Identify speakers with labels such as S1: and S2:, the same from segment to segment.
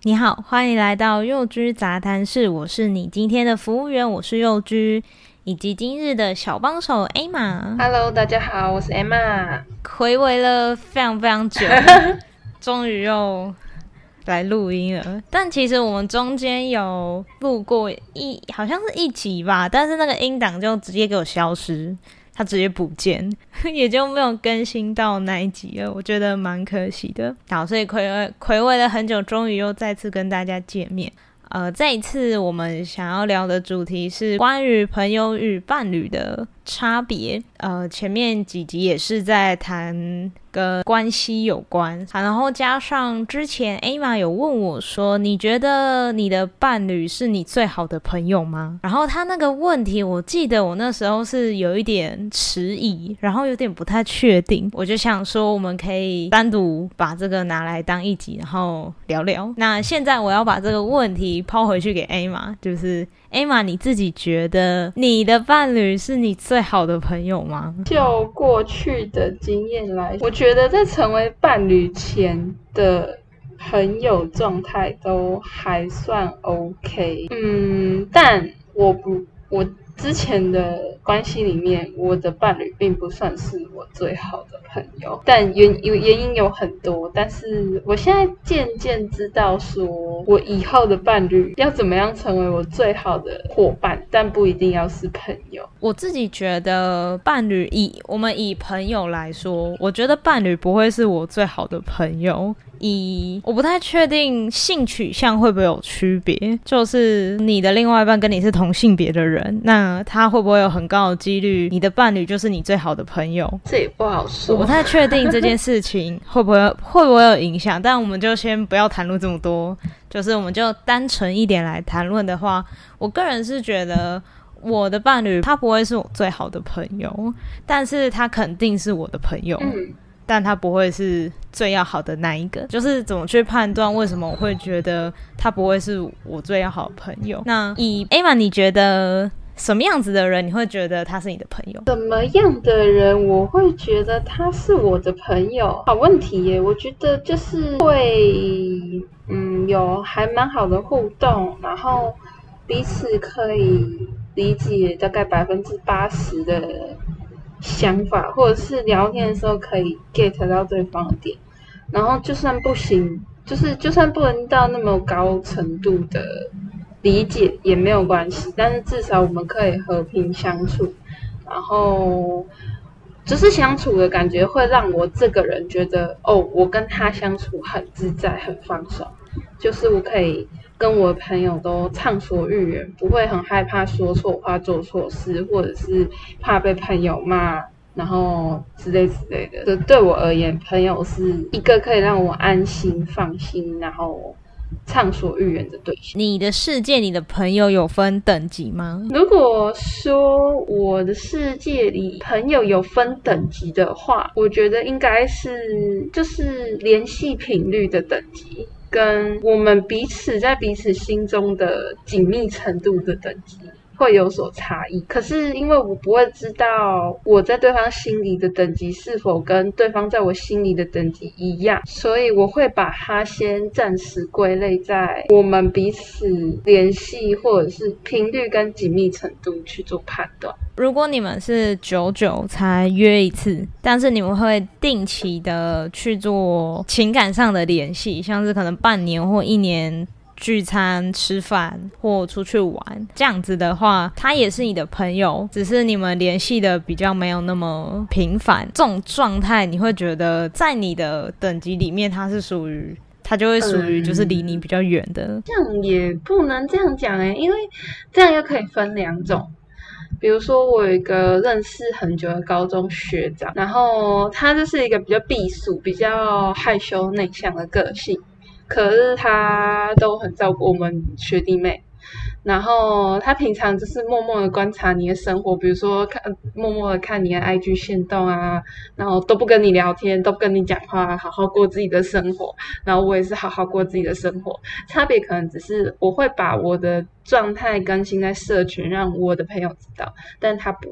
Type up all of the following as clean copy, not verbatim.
S1: 你好，欢迎来到幼居杂谈室，我是你今天的服务员，我是幼居，以及今日的小帮手 Emma。
S2: Hello， 大家好，我是 Emma。
S1: 睽违了非常非常久终于又来录音了，但其实我们中间有录过好像是一集吧，但是那个音档就直接给我消失，它直接不见也就没有更新到那一集了，我觉得蛮可惜的。好，所以睽违了很久，终于又再次跟大家见面。这一次我们想要聊的主题是关于朋友与伴侣的差别。前面几集也是在谈跟关系有关，然后加上之前 Emma 有问我说，你觉得你的伴侣是你最好的朋友吗？然后他那个问题我记得我那时候是有一点迟疑，然后有点不太确定，我就想说我们可以单独把这个拿来当一集然后聊聊。那现在我要把这个问题抛回去给 Emma， 就是Emma， 你自己觉得你的伴侣是你最好的朋友吗？
S2: 就过去的经验来，我觉得在成为伴侣前的朋友状态都还算 OK。但我之前的关系里面，我的伴侣并不算是我最好的朋友，但原因有很多，但是我现在渐渐知道说，我以后的伴侣要怎么样成为我最好的伙伴，但不一定要是朋友。
S1: 我自己觉得伴侣我们以朋友来说，我觉得伴侣不会是我最好的朋友。我不太确定性取向会不会有区别，就是你的另外一半跟你是同性别的人，那他会不会有很高的几率你的伴侣就是你最好的朋友？
S2: 这也不好说，
S1: 我不太确定这件事情会不会有影响，但我们就先不要谈论这么多，就是我们就单纯一点来谈论的话，我个人是觉得我的伴侣他不会是我最好的朋友，但是他肯定是我的朋友，但他不会是最要好的那一个。就是怎么去判断为什么我会觉得他不会是我最要好的朋友？那以 Emma 你觉得什么样子的人你会觉得他是你的朋友？
S2: 什么样的人我会觉得他是我的朋友？好问题耶。我觉得就是会有还蛮好的互动，然后彼此可以理解大概80%的想法，或者是聊天的时候可以 get 到对方的点，然后就算不行，就算不能到那么高程度的理解也没有关系，但是至少我们可以和平相处，然后就是相处的感觉会让我这个人觉得我跟他相处很自在很放松，就是我可以跟我的朋友都畅所欲言，不会很害怕说错话做错事，或者是怕被朋友骂然后之类的。对我而言，朋友是一个可以让我安心放心然后畅所欲言的对象。
S1: 你的世界你的朋友有分等级吗？
S2: 如果说我的世界里朋友有分等级的话，我觉得应该是就是联系频率的等级跟我们在彼此心中的紧密程度的等级会有所差异。可是因为我不会知道我在对方心里的等级是否跟对方在我心里的等级一样，所以我会把它先暂时归类在我们彼此联系或者是频率跟紧密程度去做判断。
S1: 如果你们是久久才约一次，但是你们会定期的去做情感上的联系，像是可能半年或1年聚餐吃饭或出去玩，这样子的话他也是你的朋友，只是你们联系的比较没有那么频繁，这种状态你会觉得在你的等级里面他就会属于就是离你比较远的。
S2: 这样也不能这样讲因为这样又可以分两种。比如说我有一个认识很久的高中学长，然后他就是一个比较避暑比较害羞内向的个性，可是他都很照顾我们学弟妹，然后他平常就是默默的观察你的生活，比如说默默的看你的 IG 限动啊，然后都不跟你聊天，都不跟你讲话，好好过自己的生活，然后我也是好好过自己的生活，差别可能只是我会把我的状态更新在社群让我的朋友知道，但他不会，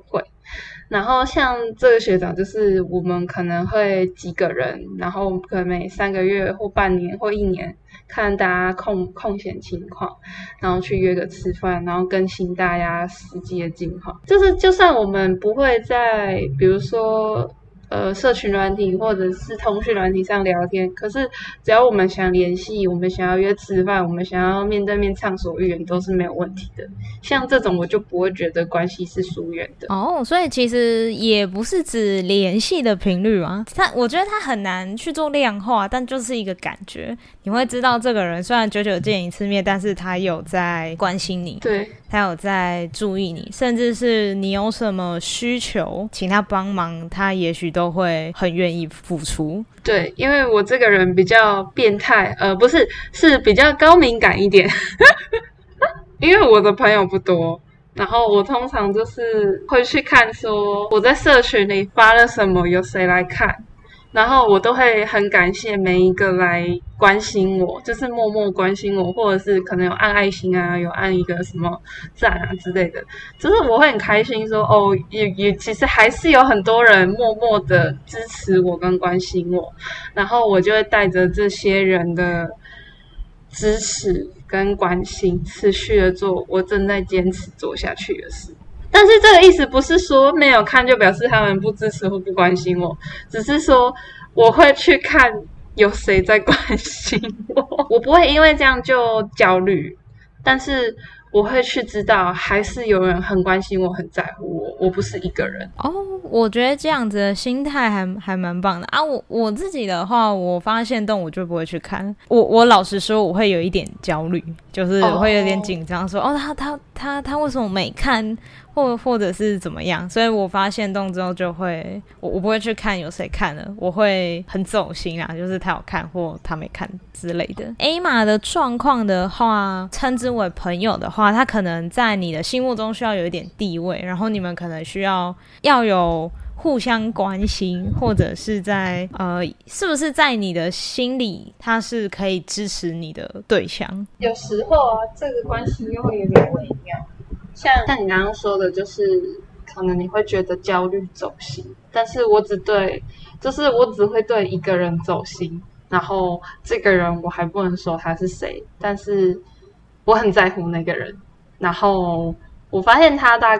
S2: 然后像这个学长，就是我们可能会几个人，然后可能每3个月或半年或1年，看大家空闲情况，然后去约个吃饭，然后更新大家实际的近况。就是就算我们不会在比如说社群软体或者是通讯软体上聊天，可是只要我们想联系，我们想要约吃饭，我们想要面对面畅所欲言，都是没有问题的。像这种我就不会觉得关系是疏远的。
S1: 所以其实也不是指联系的频率嘛，我觉得它很难去做量化，但就是一个感觉，你会知道这个人虽然久久见一次面，但是他有在关心你，
S2: 对，
S1: 他有在注意你，甚至是你有什么需求请他帮忙，他也许都会很愿意付出。
S2: 对，因为我这个人比较变态，不是，是比较高敏感一点因为我的朋友不多，然后我通常就是会去看说我在社群里发了什么，有谁来看，然后我都会很感谢每一个来关心我，就是默默关心我，或者是可能有按爱心啊，有按一个什么赞啊之类的，就是我会很开心说也其实还是有很多人默默的支持我跟关心我，然后我就会带着这些人的支持跟关心持续的做我正在坚持做下去的事。但是这个意思不是说没有看就表示他们不支持或不关心我，只是说我会去看有谁在关心我，我不会因为这样就焦虑，但是我会去知道还是有人很关心我，很在乎我，我不是一个人。
S1: 我觉得这样子的心态还蛮棒的啊。我自己的话，我发现动我就不会去看，我老实说我会有一点焦虑，就是我会有点紧张说他为什么没看或者是怎么样，所以我发现动之后就会我不会去看有谁看了，我会很走心啊，就是他有看或他没看之类的。A 码的状况的话，称之为朋友的话，他可能在你的心目中需要有一点地位，然后你们可能需要有互相关心，或者是在是不是在你的心里他是可以支持你的对象。有时候啊，这个关系又会有点微妙，像你刚刚说的，就是可能你会觉得焦虑走心，但是我只会对一个人走心，然后这个人我还不能说他是谁，但是我很在乎那个人，然后我发现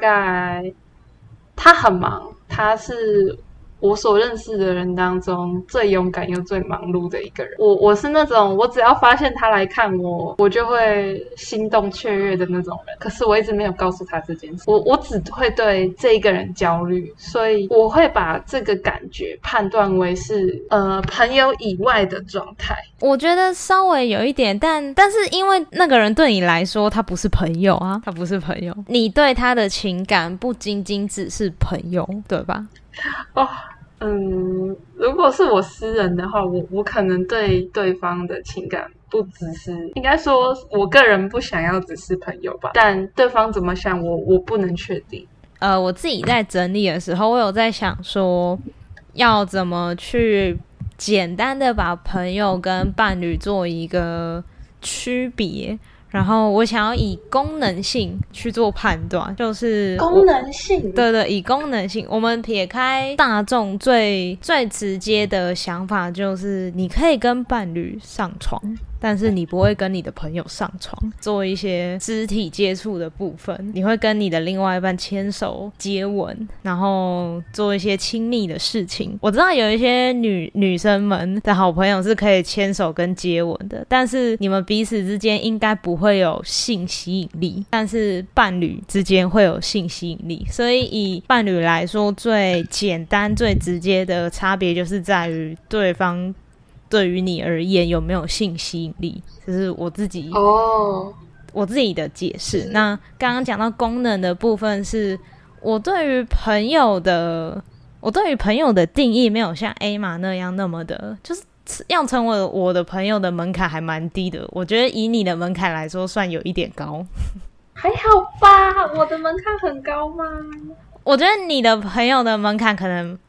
S1: 他很忙，他是我所认识的人当中最勇敢又最忙碌的一个人。我是那种我只要发现他来看我就会心动雀跃的那种人，可是我一直没有告诉他这件事。我只会对这一个人焦虑，所以我会把这个感觉判断为是朋友以外的状态。我觉得稍微有一点，但是因为那个人对你来说他不是朋友啊，他不是朋友，你对他的情感不仅仅只是朋友，对吧？如果是我私人的话，我可能对对方的情感不只是，应该说我个人不想要只是朋友吧，但对方怎么想我不能确定。我自己在整理的时候，我有在想说要怎么去简单的把朋友跟伴侣做一个区别，然后我想要以功能性去做判断，就是功能性，对，以功能性，我们撇开大众最直接的想法，就是你可以跟伴侣上床，但是你不会跟你的朋友上床，做一些肢体接触的部分，你会跟你的另外一半牵手接吻，然后做一些亲密的事情。我知道有一些女生们的好朋友是可以牵手跟接吻的，但是你们彼此之间应该不会有性吸引力，但是伴侣之间会有性吸引力。所以以伴侣来说，最简单最直接的差别就是在于对方对于你而言有没有性吸引力，这是我自己的解释。那刚刚讲到功能的部分，是我对于朋友的定义没有像 A 玛那样那么的，就是要成为我的朋友的门槛还蛮低的。我觉得以你的门槛来说算有一点高。还好吧，我的门槛很高吗？我觉得你的朋友的门槛可能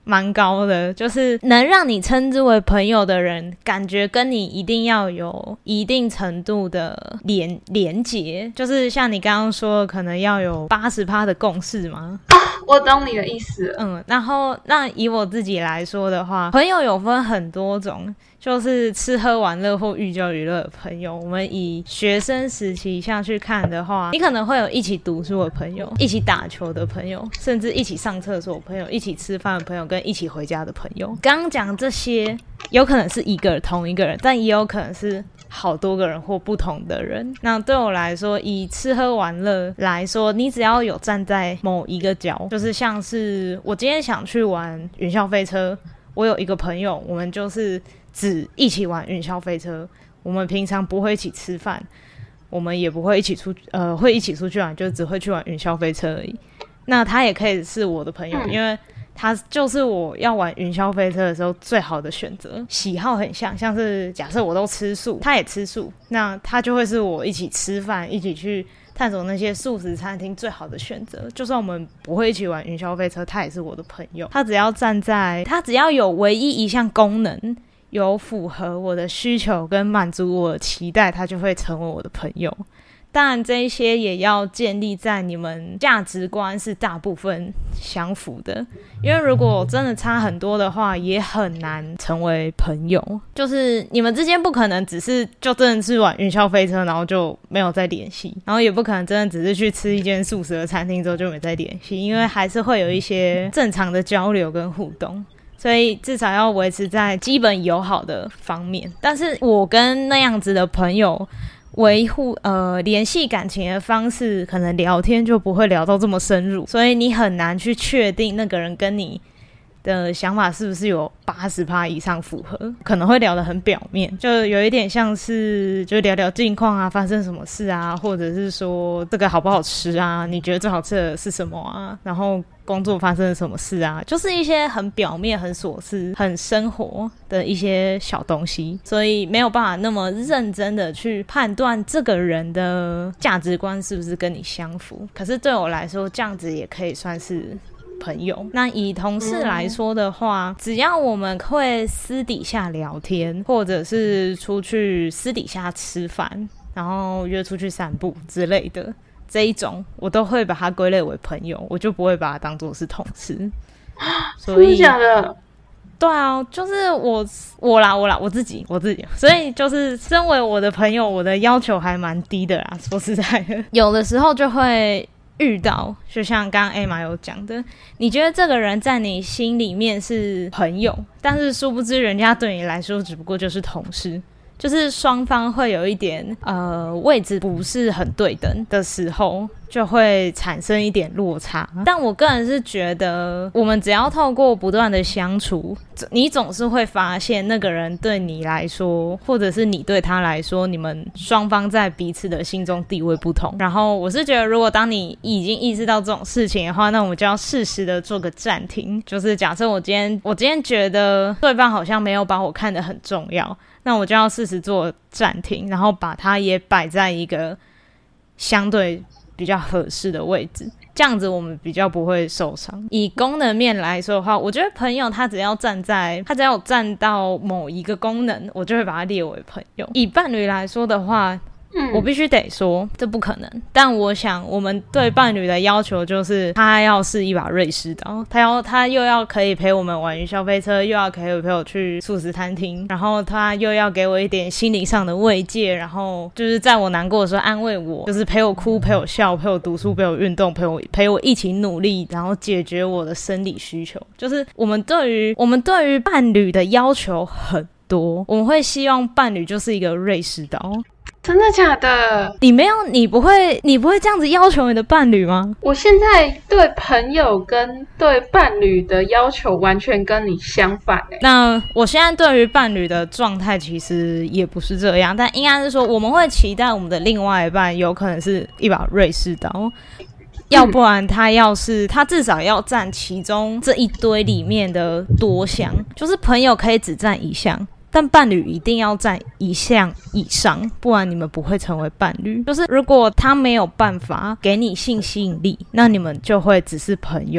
S1: 蛮高的，就是能让你称之为朋友的人，感觉跟你一定要有一定程度的连结，就是像你刚刚说的，可能要有80%的共识吗？
S2: 我懂你的意思了。
S1: 然后那以我自己来说的话，朋友有分很多种，就是吃喝玩乐或寓教于乐的朋友。我们以学生时期下去看的话，你可能会有一起读书的朋友，一起打球的朋友，甚至一起上厕所的朋友，一起吃饭的朋友，跟一起回家的朋友。刚刚讲这些有可能是同一个人，但也有可能是好多个人或不同的人。那对我来说，以吃喝玩乐来说，你只要有站在某一个角，就是像是我今天想去玩云霄飞车，我有一个朋友，我们就是只一起玩云霄飞车，我们平常不会一起吃饭，我们也不会一起会一起出去玩，就只会去玩云霄飞车而已。那他也可以是我的朋友，因为他就是我要玩云霄飞车的时候最好的选择，喜好很像是假设我都吃素，他也吃素，那他就会是我一起吃饭，一起去探索那些素食餐厅最好的选择。就算我们不会一起玩云霄飞车，他也是我的朋友。他只要有唯一一项功能有符合我的需求跟满足我的期待，他就会成为我的朋友。当然这一些也要建立在你们价值观是大部分相符的，因为如果真的差很多的话，也很难成为朋友。就是你们之间不可能只是就真的是玩云霄飞车然后就没有再联系，然后也不可能真的只是去吃一间素食的餐厅之后就没再联系，因为还是会有一些正常的交流跟互动，所以至少要维持在基本友好的方面。但是我跟那样子的朋友维护联系感情的方式，可能聊天就不会聊到这么深入，所以你很难去确定那个人跟你的想法是不是有80%以上符合，可能会聊得很表面，就有一点像是就聊聊近况啊，发生什么事啊，或者是说这个好不好吃啊，你觉得最好吃的是什么啊，然后工作发生了什么事啊，就是一些很表面很琐事很生活的一些小东西，所以没有办法那么认真的去判断这个人的价值观是不是跟你相符。可是对我来说这样子也可以算是朋友。那以同事来说的话，只要我们会私底下聊天，或者是出去私底下吃饭，然后约出去散步之类的，这一种我都会把它归类为朋友，我就不会把它当作是同事。所以
S2: 真的假的？
S1: 对啊，就是我自己，所以就是身为我的朋友，我的要求还蛮低的啦。说实在的，有的时候就会遇到，就像刚刚 Emma 有讲的，你觉得这个人在你心里面是朋友，但是殊不知人家对你来说只不过就是同事。就是双方会有一点位置不是很对等的时候，就会产生一点落差。但我个人是觉得，我们只要透过不断的相处，你总是会发现那个人对你来说，或者是你对他来说，你们双方在彼此的心中地位不同。然后我是觉得，如果当你已经意识到这种事情的话，那我们就要适时的做个暂停。就是假设我今天觉得对方好像没有把我看得很重要，那我就要适时做暂停，然后把它也摆在一个相对比较合适的位置，这样子我们比较不会受伤。以功能面来说的话，我觉得朋友他只要有站到某一个功能，我就会把它列为朋友。以伴侣来说的话，我必须得说这不可能，但我想我们对伴侣的要求就是他要是一把瑞士刀，他又要可以陪我们玩云霄飞车，又要可以陪我去素食餐厅，然后他又要给我一点心灵上的慰藉，然后就是在我难过的时候安慰我，就是陪我哭陪我笑陪我读书陪我运动陪我一起努力，然后解决我的生理需求。就是我们对于伴侣的要求很多，我们会希望伴侣就是一个瑞士刀。
S2: 真的假的？
S1: 你不会这样子要求你的伴侣吗？
S2: 我现在对朋友跟对伴侣的要求完全跟你相反欸。
S1: 那我现在对于伴侣的状态其实也不是这样，但应该是说我们会期待我们的另外一半有可能是一把瑞士刀，要不然他至少要占其中这一堆里面的多项，就是朋友可以只占一项，但伴侣一定要占一项以上，不然你们不会成为伴侣。就是如果他没有办法给你性吸引力，那你们就会只是朋友。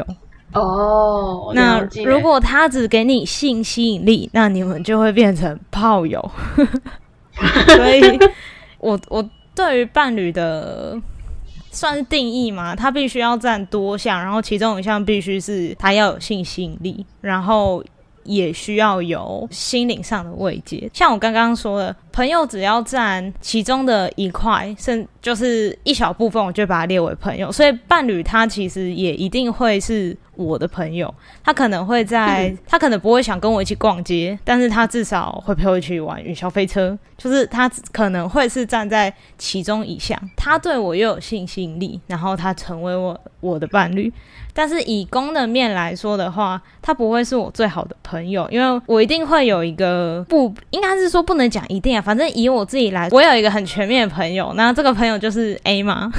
S2: 哦，
S1: 那如果他只给你性吸引力，那你们就会变成炮友。所以我对于伴侣的算是定义嘛，他必须要占多项，然后其中一项必须是他要有性吸引力，然后也需要有心灵上的慰藉。像我刚刚说的，朋友只要占其中的一块，甚就是一小部分，我就把它列为朋友。所以伴侣他其实也一定会是我的朋友，他可能会他可能不会想跟我一起逛街，但是他至少会陪我一起玩云霄飞车，就是他可能会是站在其中一项，他对我又有性吸引力，然后他成为我的伴侣。但是以功能面来说的话，他不会是我最好的朋友，因为我一定会有一个应该是说不能讲一定啊，反正以我自己来，我有一个很全面的朋友，那这个朋友就是 A 嘛。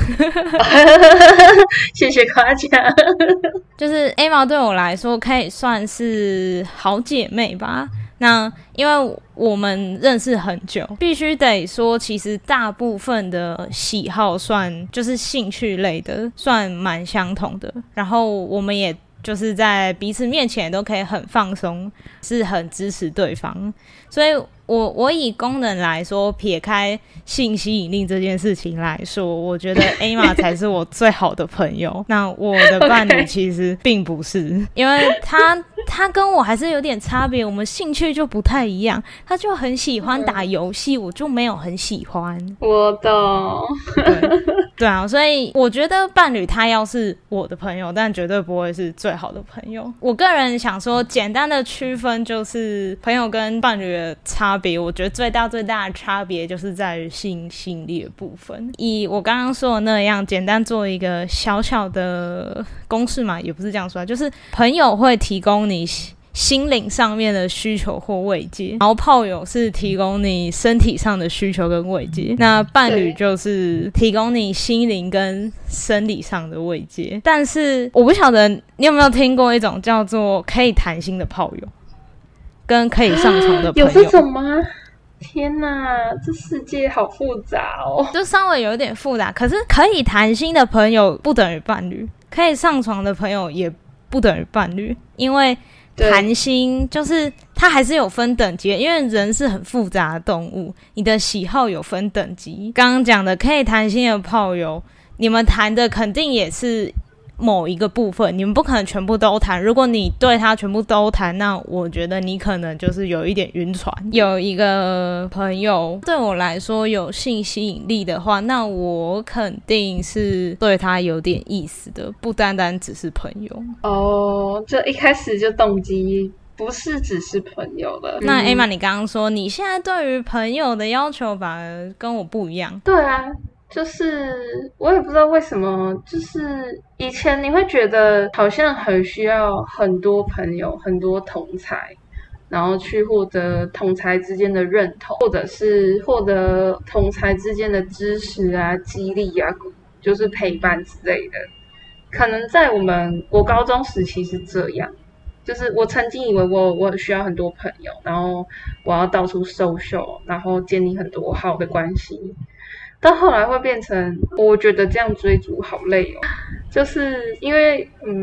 S2: 谢谢夸奖。
S1: 就是 A 嘛，对我来说可以算是好姐妹吧。那因为我们认识很久，必须得说其实大部分的喜好就是兴趣类的算蛮相同的，然后我们也就是在彼此面前都可以很放松，是很支持对方。所以我以功能来说，撇开性吸引力这件事情来说，我觉得 A 玛才是我最好的朋友。那我的伴侣其实并不是，因为他跟我还是有点差别，我们兴趣就不太一样。他就很喜欢打游戏，我就没有很喜欢。
S2: 我懂。
S1: 对啊，所以我觉得伴侣他要是我的朋友，但绝对不会是最好的朋友。我个人想说，简单的区分就是朋友跟伴侣的差别，我觉得最大的差别就是在于性吸引力的部分。以我刚刚说的那样，简单做一个小小的公式嘛，也不是这样说，就是朋友会提供你心灵上面的需求或慰藉，然后炮友是提供你身体上的需求跟慰藉，那伴侣就是提供你心灵跟生理上的慰藉。但是我不晓得你有没有听过一种叫做可以谈心的炮友跟可以上床的朋友。
S2: 有这种吗？天哪，这世界好复杂哦。
S1: 就稍微有点复杂，可是可以谈心的朋友不等于伴侣，可以上床的朋友也不等于伴侣，因为谈心就是它还是有分等级的，因为人是很复杂的动物，你的喜好有分等级。刚刚讲的可以谈心的炮友，你们谈的肯定也是某一个部分，你们不可能全部都谈。如果你对他全部都谈，那我觉得你可能就是有一点晕船。有一个朋友对我来说有性吸引力的话，那我肯定是对他有点意思的，不单单只是朋友。
S2: 哦，就一开始就动机不是只是朋友了。
S1: 那 Emma 你刚刚说你现在对于朋友的要求反而跟我不一样。
S2: 对啊，就是我也不知道为什么，就是以前你会觉得好像很需要很多朋友，很多同侪，然后去获得同侪之间的认同，或者是获得同侪之间的支持啊、激励啊，就是陪伴之类的。可能在我们国高中时期是这样，就是我曾经以为我需要很多朋友，然后我要到处 social， 然后建立很多好的关系。到后来会变成，我觉得这样追逐好累哦，就是因为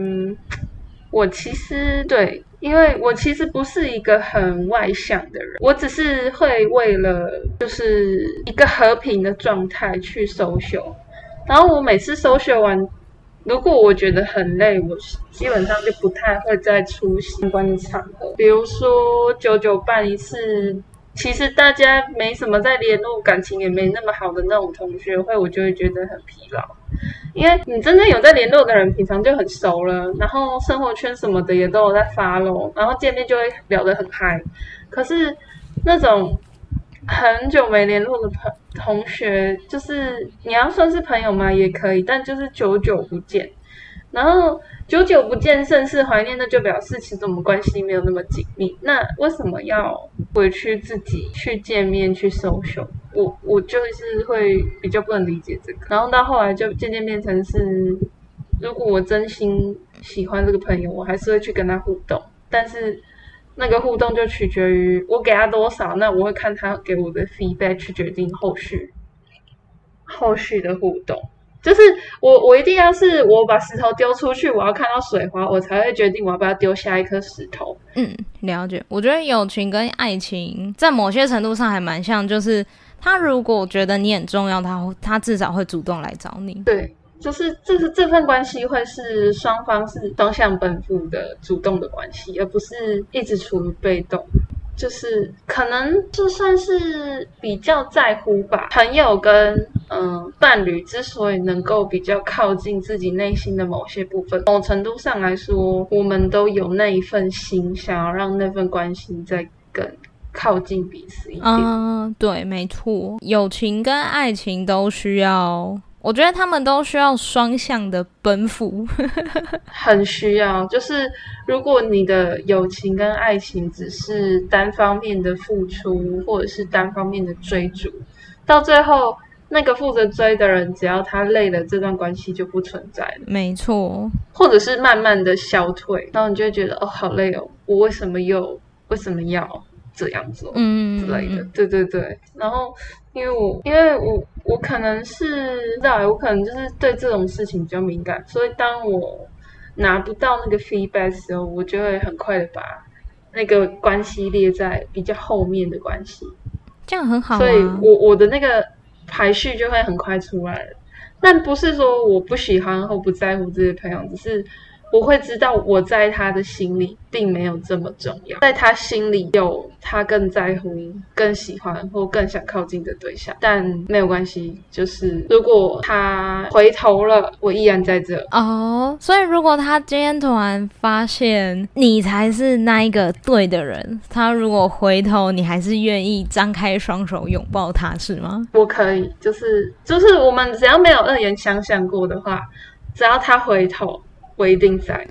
S2: 因为我其实不是一个很外向的人，我只是会为了就是一个和平的状态去 social， 然后我每次 social 完，如果我觉得很累，我基本上就不太会再出席相关的场合，比如说久办一次。其实大家没什么在联络，感情也没那么好的那种同学会，我就会觉得很疲劳。因为你真正有在联络的人，平常就很熟了，然后生活圈什么的也都有在 follow， 然后见面就会聊得很嗨。可是那种很久没联络的同学，就是你要算是朋友嘛也可以，但就是久久不见。然后久久不见，甚是怀念，那就表示其实我们关系没有那么紧密。那为什么要委屈自己去见面去 social？ 我就是会比较不能理解这个。然后到后来就渐渐变成是，如果我真心喜欢这个朋友，我还是会去跟他互动，但是那个互动就取决于我给他多少，那我会看他给我的 feedback 去决定后续的互动。 就是我一定要是我把石头丢出去，我要看到水花，我才会决定我要不要丢下一颗石头。
S1: 了解。我觉得友情跟爱情在某些程度上还蛮像，就是他如果觉得你很重要，他至少会主动来找你。
S2: 对，就是这份关系会是双方是双向奔赴的主动的关系，而不是一直处于被动。就是可能就算是比较在乎吧，朋友跟伴侣之所以能够比较靠近自己内心的某些部分，某程度上来说，我们都有那一份心，想要让那份关系再更靠近彼此一点。
S1: 对，没错，友情跟爱情都需要。我觉得他们都需要双向的奔赴，
S2: 很需要。就是如果你的友情跟爱情只是单方面的付出，或者是单方面的追逐，到最后那个负责追的人，只要他累了，这段关系就不存在了。
S1: 没错，
S2: 或者是慢慢的消退，然后你就会觉得好累哦，我为什么要这样做之类的。对对对，然后因为我可能是我可能就是对这种事情比较敏感，所以当我拿不到那个 feedback 的时候，我就会很快的把那个关系列在比较后面的关系，
S1: 这样很好啊。
S2: 所以我的那个排序就会很快出来了。但不是说我不喜欢或不在乎这些朋友，只是我会知道我在他的心里并没有这么重要，在他心里有他更在乎、更喜欢或更想靠近的对象，但没有关系，就是如果他回头了，我依然在这。
S1: 所以如果他今天突然发现你才是那一个对的人，他如果回头，你还是愿意张开双手拥抱他，是吗？
S2: 我可以，就是我们只要没有恶言相向过的话，只要他回头，我一定在。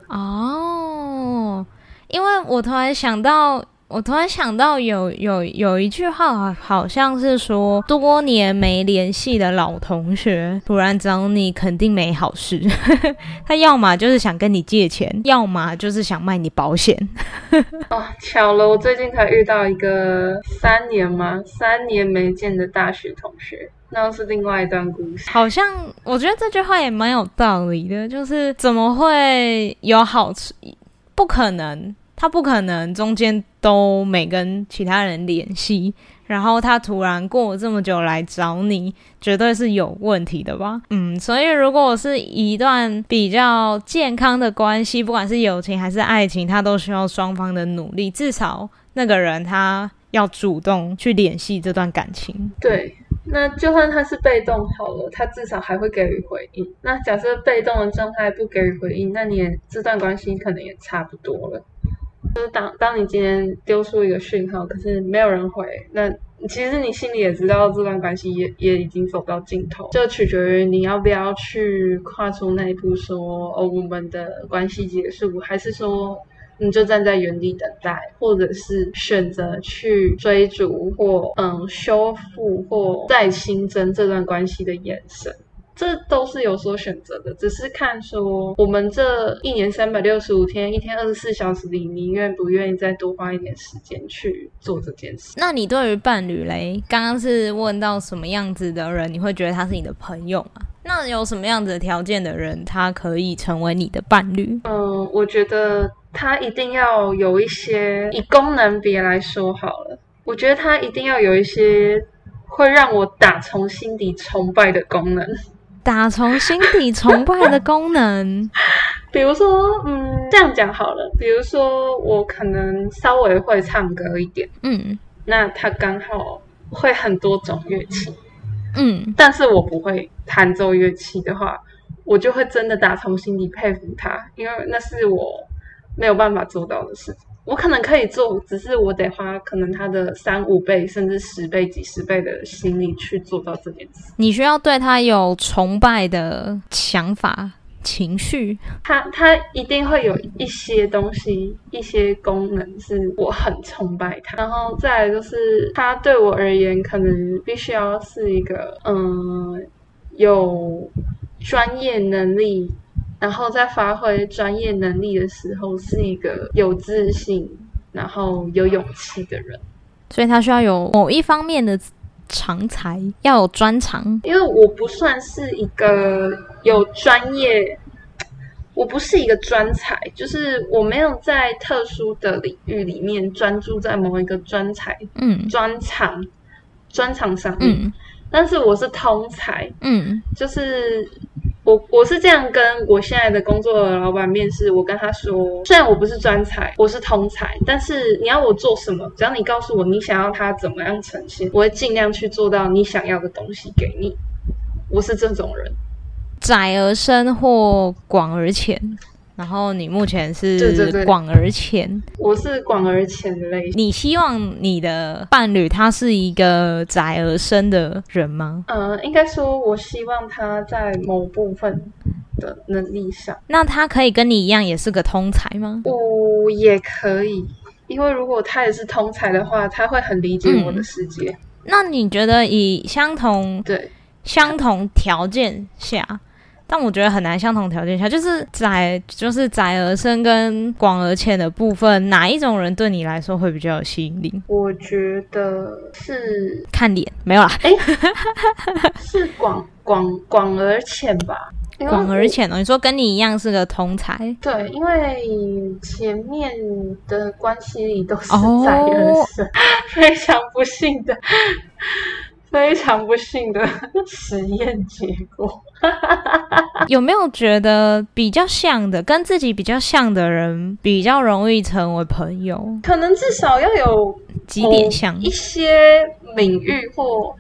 S1: 因为我突然想到有一句话，好像是说多年没联系的老同学突然找你，肯定没好事。他要么就是想跟你借钱，要么就是想卖你保险。
S2: 巧了，我最近才遇到一个3年没见的大学同学，那是另外一段故事。
S1: 好像我觉得这句话也蛮有道理的，就是怎么会有好处？不可能，他不可能中间都没跟其他人联系，然后他突然过了这么久来找你，绝对是有问题的吧？所以如果是一段比较健康的关系，不管是友情还是爱情，他都需要双方的努力，至少那个人他要主动去联系这段感情。
S2: 对，那就算他是被动好了，他至少还会给予回应。那假设被动的状态不给予回应，那你这段关系可能也差不多了。就是当你今天丢出一个讯号，可是没有人回，那其实你心里也知道这段关系也已经走到尽头，就取决于你要不要去跨出那一步说，我们的关系结束，还是说你就站在原地等待，或者是选择去追逐或修复或再新增这段关系的延伸。这都是有所选择的，只是看说我们这一年365天，一天24小时里，你愿不愿意再多花一点时间去做这件事。
S1: 那你对于伴侣嘞，刚刚是问到什么样子的人你会觉得他是你的朋友吗？那有什么样子的条件的人他可以成为你的伴侣？
S2: 我觉得他一定要有一些，以功能别来说好了，我觉得他一定要有一些会让我打从心底崇拜的功能。
S1: 打从心底崇拜的功能
S2: 比如说这样讲好了，比如说我可能稍微会唱歌一点，那他刚好会很多种乐器，但是我不会弹奏乐器的话，我就会真的打从心底佩服他，因为那是我没有办法做到的事情。我可能可以做，只是我得花可能他的3、5倍甚至10倍、几十倍的心力去做到这件事。
S1: 你需要对他有崇拜的想法、情绪。
S2: 他一定会有一些东西、一些功能是我很崇拜他。然后再来就是他对我而言，可能必须要是一个有专业能力，然后在发挥专业能力的时候是一个有自信然后有勇气的人。
S1: 所以他需要有某一方面的长才，要有专长。
S2: 因为我不算是一个有专业，我不是一个专才，就是我没有在特殊的领域里面专注在某一个专长上面，但是我是通才，就是我是这样跟我现在的工作的老板面试，我跟他说，虽然我不是专才，我是通才，但是你要我做什么，只要你告诉我你想要它怎么样呈现，我会尽量去做到你想要的东西给你。我是这种人，
S1: 窄而深或广而浅。然后你目前是广而浅，
S2: 对，我是广而浅的类型。
S1: 你希望你的伴侣他是一个窄而深的人吗？
S2: 应该说我希望他在某部分的能力上。
S1: 那他可以跟你一样也是个通才吗？
S2: 我也可以，因为如果他也是通才的话，他会很理解我的世界。
S1: 那你觉得以相同条件下，但我觉得很难相同条件下，就是窄而深跟广而浅的部分，哪一种人对你来说会比较有吸引力？
S2: 我觉得是
S1: 看脸，没有啦，
S2: 是广而浅吧。
S1: 广而浅哦，你说跟你一样是个通才？对，
S2: 因为前面的关系里都是窄而深，非常不幸的实验结果。
S1: 有没有觉得比较像的，跟自己比较像的人比较容易成为朋友？
S2: 可能至少要有
S1: 几点像，
S2: 一些领域或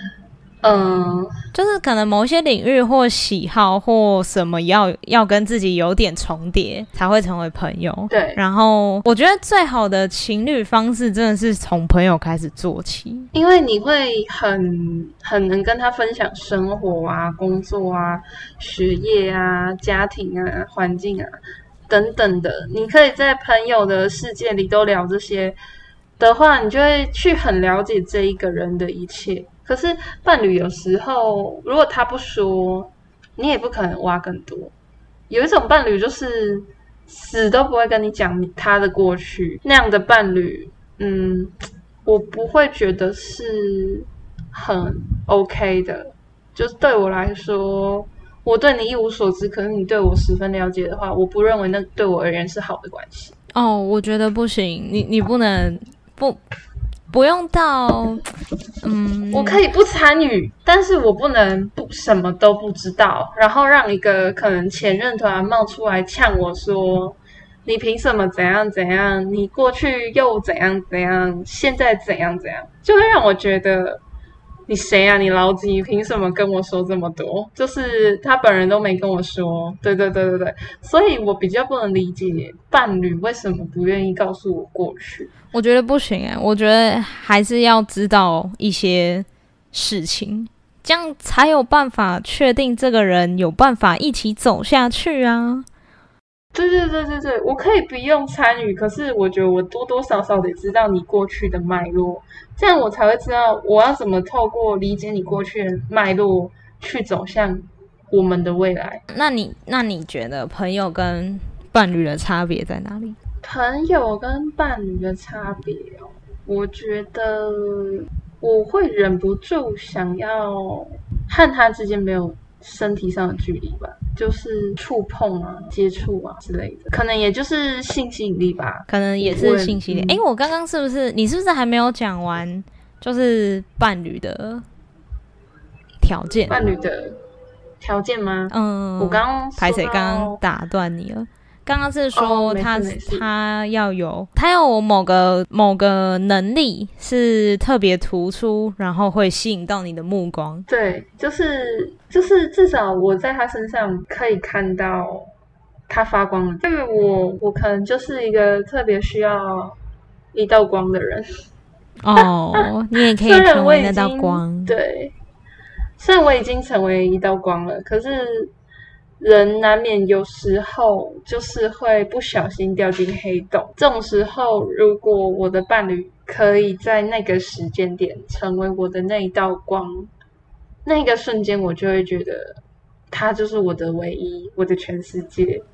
S1: 就是可能某些领域或喜好或什么要跟自己有点重叠才会成为朋友。
S2: 对，
S1: 然后我觉得最好的情侣方式真的是从朋友开始做起，
S2: 因为你会很能跟他分享生活啊、工作啊、学业啊、家庭啊、环境啊等等的，你可以在朋友的世界里都聊这些的话，你就会去很了解这一个人的一切。可是伴侣有时候如果他不说，你也不可能挖更多。有一种伴侣就是死都不会跟你讲他的过去，那样的伴侣我不会觉得是很 OK 的。就是对我来说，我对你一无所知，可是你对我十分了解的话，我不认为那对我而言是好的关系。
S1: 我觉得不行，你不能不用到
S2: 我可以不参与，但是我不能什么都不知道，然后让一个可能前任突然冒出来呛我说你凭什么怎样怎样，你过去又怎样怎样，现在怎样怎样，就会让我觉得你谁啊，你老几，你凭什么跟我说这么多，就是他本人都没跟我说。对，所以我比较不能理解伴侣为什么不愿意告诉我过去。
S1: 我觉得不行我觉得还是要知道一些事情，这样才有办法确定这个人有办法一起走下去啊。
S2: 对，我可以不用参与，可是我觉得我多多少少得知道你过去的脉络，这样我才会知道我要怎么透过理解你过去的脉络去走向我们的未来。
S1: 那你觉得朋友跟伴侣的差别在哪里？
S2: 朋友跟伴侣的差别我觉得我会忍不住想要和他之间没有身体上的距离吧，就是触碰啊、接触啊之类的，可能也就是性吸引力吧，
S1: 可能也是性吸引力。我刚刚你是不是还没有讲完？就是伴侣的条件，伴侣的
S2: 条件吗？我刚
S1: 刚打断你了。刚刚是说他要有某个能力是特别突出，然后会吸引到你的目光。
S2: 对，就是至少我在他身上可以看到他发光的。因为我可能就是一个特别需要一道光的人。
S1: 你也可以成为那道光。
S2: 对，虽然我已经成为一道光了，可是人难免有时候就是会不小心掉进黑洞。这种时候，如果我的伴侣可以在那个时间点成为我的那一道光，那个瞬间我就会觉得他就是我的唯一，我的全世界。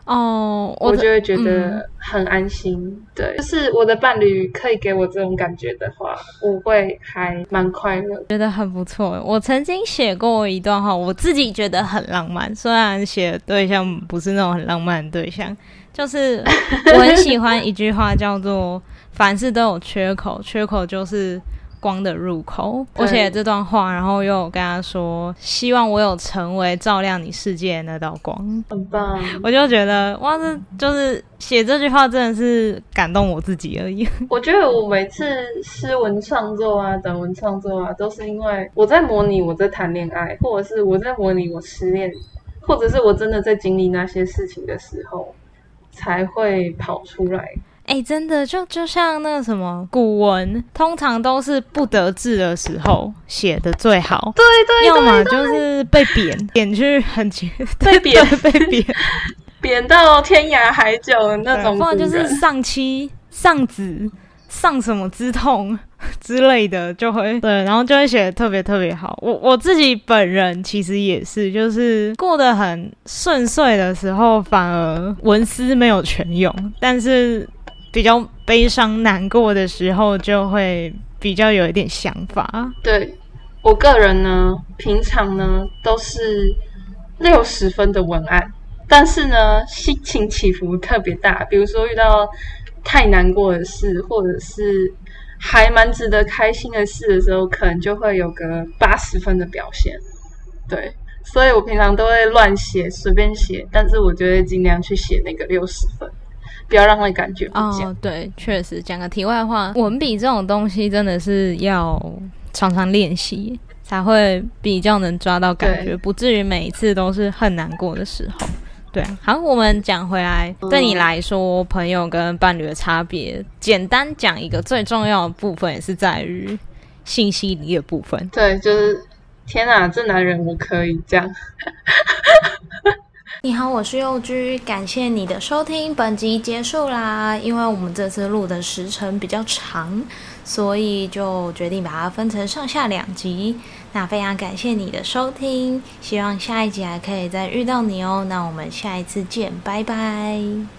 S1: 哦，
S2: 我就会觉得很安心。对，就是我的伴侣可以给我这种感觉的话，我会还蛮快乐，
S1: 觉得很不错。我曾经写过一段话，我自己觉得很浪漫，虽然写的对象不是那种很浪漫的对象，就是我很喜欢一句话叫做凡事都有缺口，缺口就是光的入口。我写这段话，然后又跟他说希望我有成为照亮你世界的那道光，
S2: 很棒。
S1: 我就觉得哇，这就是写这句话真的是感动我自己而已。
S2: 我觉得我每次诗文创作啊短文创作啊，都是因为我在模拟我在谈恋爱，或者是我在模拟我失恋，或者是我真的在经历那些事情的时候才会跑出来。
S1: 真的就像那个什么古文，通常都是不得志的时候写的最好，
S2: 对对对，
S1: 要么就是被贬去很
S2: 被贬
S1: 被贬
S2: 贬到天涯海角的那种，
S1: 不然就是丧妻丧子丧什么之痛之类的，就会对，然后就会写得特别特别好。我自己本人其实也是，就是过得很顺遂的时候，反而文思没有全用，但是比较悲伤难过的时候就会比较有一点想法。
S2: 对，我个人呢平常呢都是60分的文案，但是呢心情起伏特别大，比如说遇到太难过的事，或者是还蛮值得开心的事的时候，可能就会有个80分的表现。对，所以我平常都会乱写随便写，但是我就会尽量去写那个60分，不要让他感觉不讲。
S1: 对，确实讲个题外话，文笔这种东西真的是要常常练习才会比较能抓到感觉，不至于每一次都是很难过的时候。对啊，好，我们讲回来，对你来说朋友跟伴侣的差别，简单讲一个最重要的部分也是在于信息力的部分。
S2: 对，就是天哪，这男人我可以这样。
S1: 你好，我是佑居，感谢你的收听，本集结束啦。因为我们这次录的时程比较长，所以就决定把它分成上下2集。那非常感谢你的收听，希望下一集还可以再遇到你哦。那我们下一次见，拜拜。